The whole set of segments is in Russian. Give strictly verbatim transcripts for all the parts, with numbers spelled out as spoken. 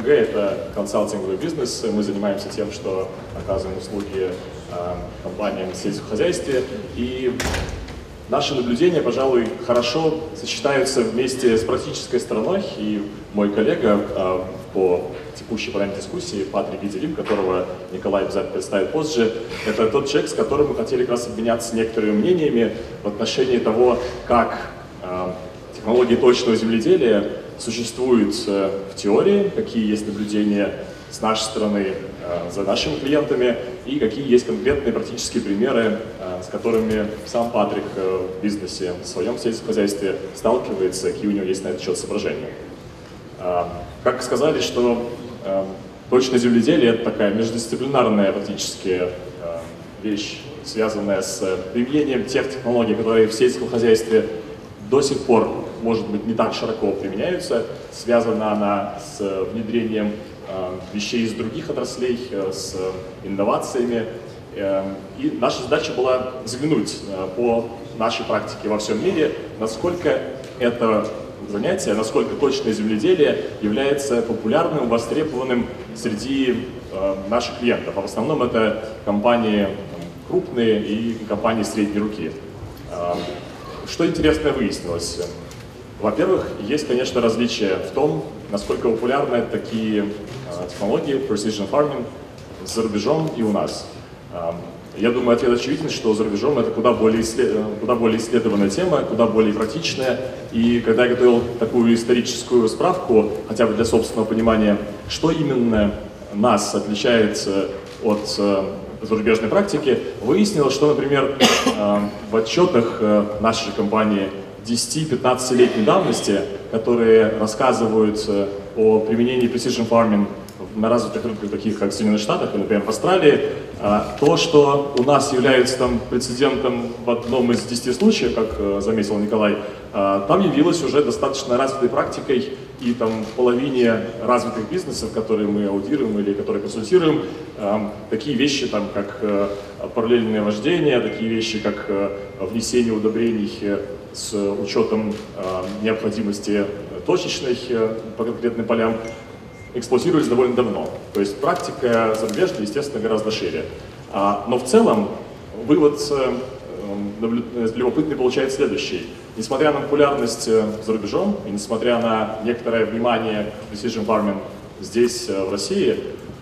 КМГ — это консалтинговый бизнес. Мы занимаемся тем, что оказываем услуги компаниям в сельском хозяйстве. И наши наблюдения, пожалуй, хорошо сочетаются вместе с практической стороной. И мой коллега по текущей панельной дискуссии, Патрик Гиделим, которого Николай обязательно представит позже, это тот человек, с которым мы хотели как раз обменяться некоторыми мнениями в отношении того, как технологии точного земледелия существуют в теории, какие есть наблюдения с нашей стороны за нашими клиентами и какие есть конкретные практические примеры, с которыми сам Патрик в бизнесе, в своем сельском хозяйстве сталкивается, какие у него есть на этот счет соображения. Как сказали, что точное земледелие — это такая междисциплинарная практически вещь, связанная с применением тех технологий, которые в сельском хозяйстве до сих пор, может быть, не так широко применяются. Связана она с внедрением э, вещей из других отраслей, э, с инновациями. Э, и наша задача была взглянуть э, по нашей практике во всем мире, насколько это занятие, насколько точное земледелие является популярным, востребованным среди э, наших клиентов. А в основном это компании там, крупные и компании средней руки. Э, Что интересное выяснилось? Во-первых, есть, конечно, различия в том, насколько популярны такие э, технологии, precision farming, за рубежом и у нас. Э, я думаю, ответ очевиден, что за рубежом это куда более, исслед... куда более исследованная тема, куда более практичная. И когда я готовил такую историческую справку, хотя бы для собственного понимания, что именно нас отличает от э, зарубежной практики, выяснилось, что, например, в отчетах нашей компании десяти-пятнадцатилетней давности, которые рассказывают о применении precision farming на развитых рынках, таких как в Соединенных Штатах, например, в Австралии, то, что у нас является там прецедентом в одном из десяти случаев, как заметил Николай, там явилось уже достаточно развитой практикой, и там в половине развитых бизнесов, которые мы аудируем или которые консультируем, такие вещи, там, как параллельное вождение, такие вещи, как внесение удобрений с учетом необходимости точечной по конкретным полям, эксплуатировались довольно давно. То есть практика зарубежная, естественно, гораздо шире. Но в целом вывод любопытный получается следующий. Несмотря на популярность за рубежом и несмотря на некоторое внимание к precision farming здесь, в России,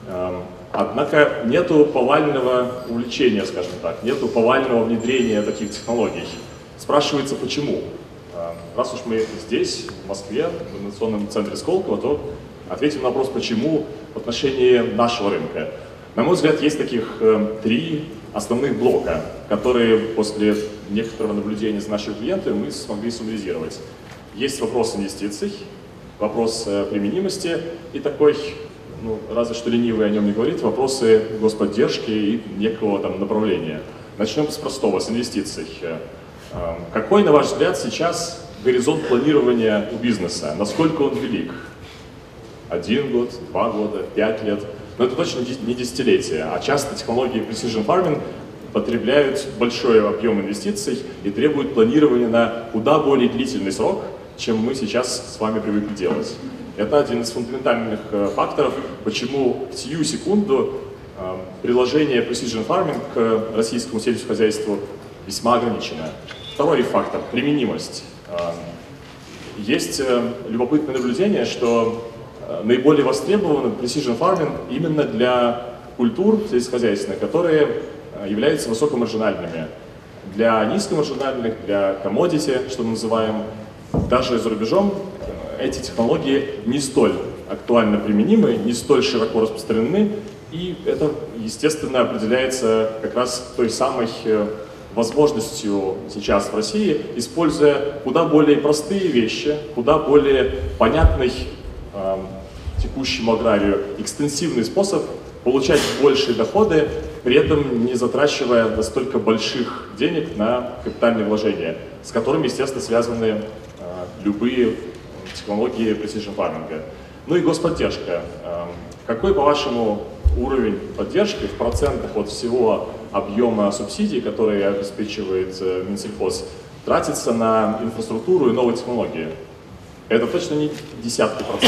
однако нету повального увлечения, скажем так, нету повального внедрения таких технологий. Спрашивается, почему? Раз уж мы здесь, в Москве, в инновационном центре Сколково, то ответим на вопрос, почему в отношении нашего рынка. На мой взгляд, есть таких э, три основных блока, которые после некоторого наблюдения за нашими клиентами мы смогли суммаризировать. Есть вопрос инвестиций, вопрос э, применимости и такой, ну, разве что ленивый о нем не говорит, вопросы господдержки и некого там направления. Начнем с простого, с инвестиций. Э, э, какой, на ваш взгляд, сейчас горизонт планирования у бизнеса? Насколько он велик? Один год, два года, пять лет. Но это точно не десятилетие. А часто технологии precision farming потребляют большой объем инвестиций и требуют планирования на куда более длительный срок, чем мы сейчас с вами привыкли делать. Это один из фундаментальных факторов, почему в сию секунду приложение precision farming к российскому сельскому хозяйству весьма ограничено. Второй фактор – применимость. Есть любопытное наблюдение, что наиболее востребован precision farming именно для культур сельскохозяйственных, которые являются высокомаржинальными. Для низкомаржинальных, для commodity, что мы называем, даже за рубежом эти технологии не столь актуально применимы, не столь широко распространены, и это, естественно, определяется как раз той самой возможностью сейчас в России, используя куда более простые вещи, куда более понятный э, текущему аграрию экстенсивный способ получать большие доходы, при этом не затрачивая настолько больших денег на капитальные вложения, с которыми, естественно, связаны э, любые технологии precision farming. Ну и господдержка. Э, какой, по-вашему, уровень поддержки в процентах от всего объема субсидий, которые обеспечивает э, Минсельхоз, тратится на инфраструктуру и новые технологии? Это точно не десятки процентов.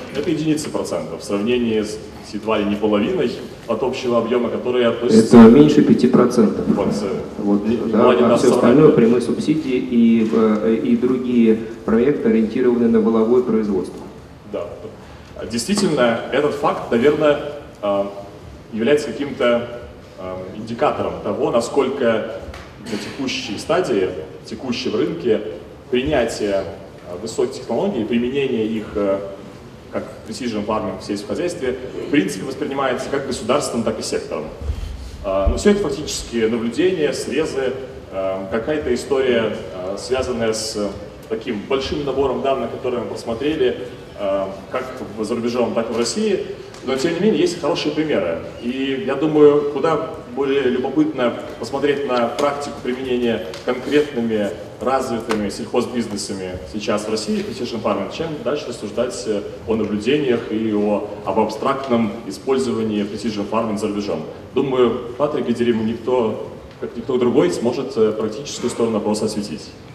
это единицы процентов в сравнении с едва ли не половиной от общего объема, который относится... Это меньше пяти процентов. Вот, вот, не, да, не а все остальное прямые субсидии и, и другие проекты ориентированы на валовое производство. Да. Действительно, этот факт, наверное, является каким-то индикатором того, насколько на текущей стадии, текущем рынке, принятие высоких технологий, применение их как precision farming в сельском хозяйстве, в принципе, воспринимается как государством, так и сектором. Но все это фактически наблюдения, срезы, какая-то история, связанная с таким большим набором данных, которые мы посмотрели, как за рубежом, так и в России. Но, тем не менее, есть хорошие примеры. И я думаю, куда более любопытно посмотреть на практику применения конкретными развитыми сельхозбизнесами сейчас в России precision farming, чем дальше рассуждать о наблюдениях и о, об абстрактном использовании precision farming за рубежом. Думаю, Патрик и Дерим никто, как никто другой, сможет практическую сторону вопроса осветить.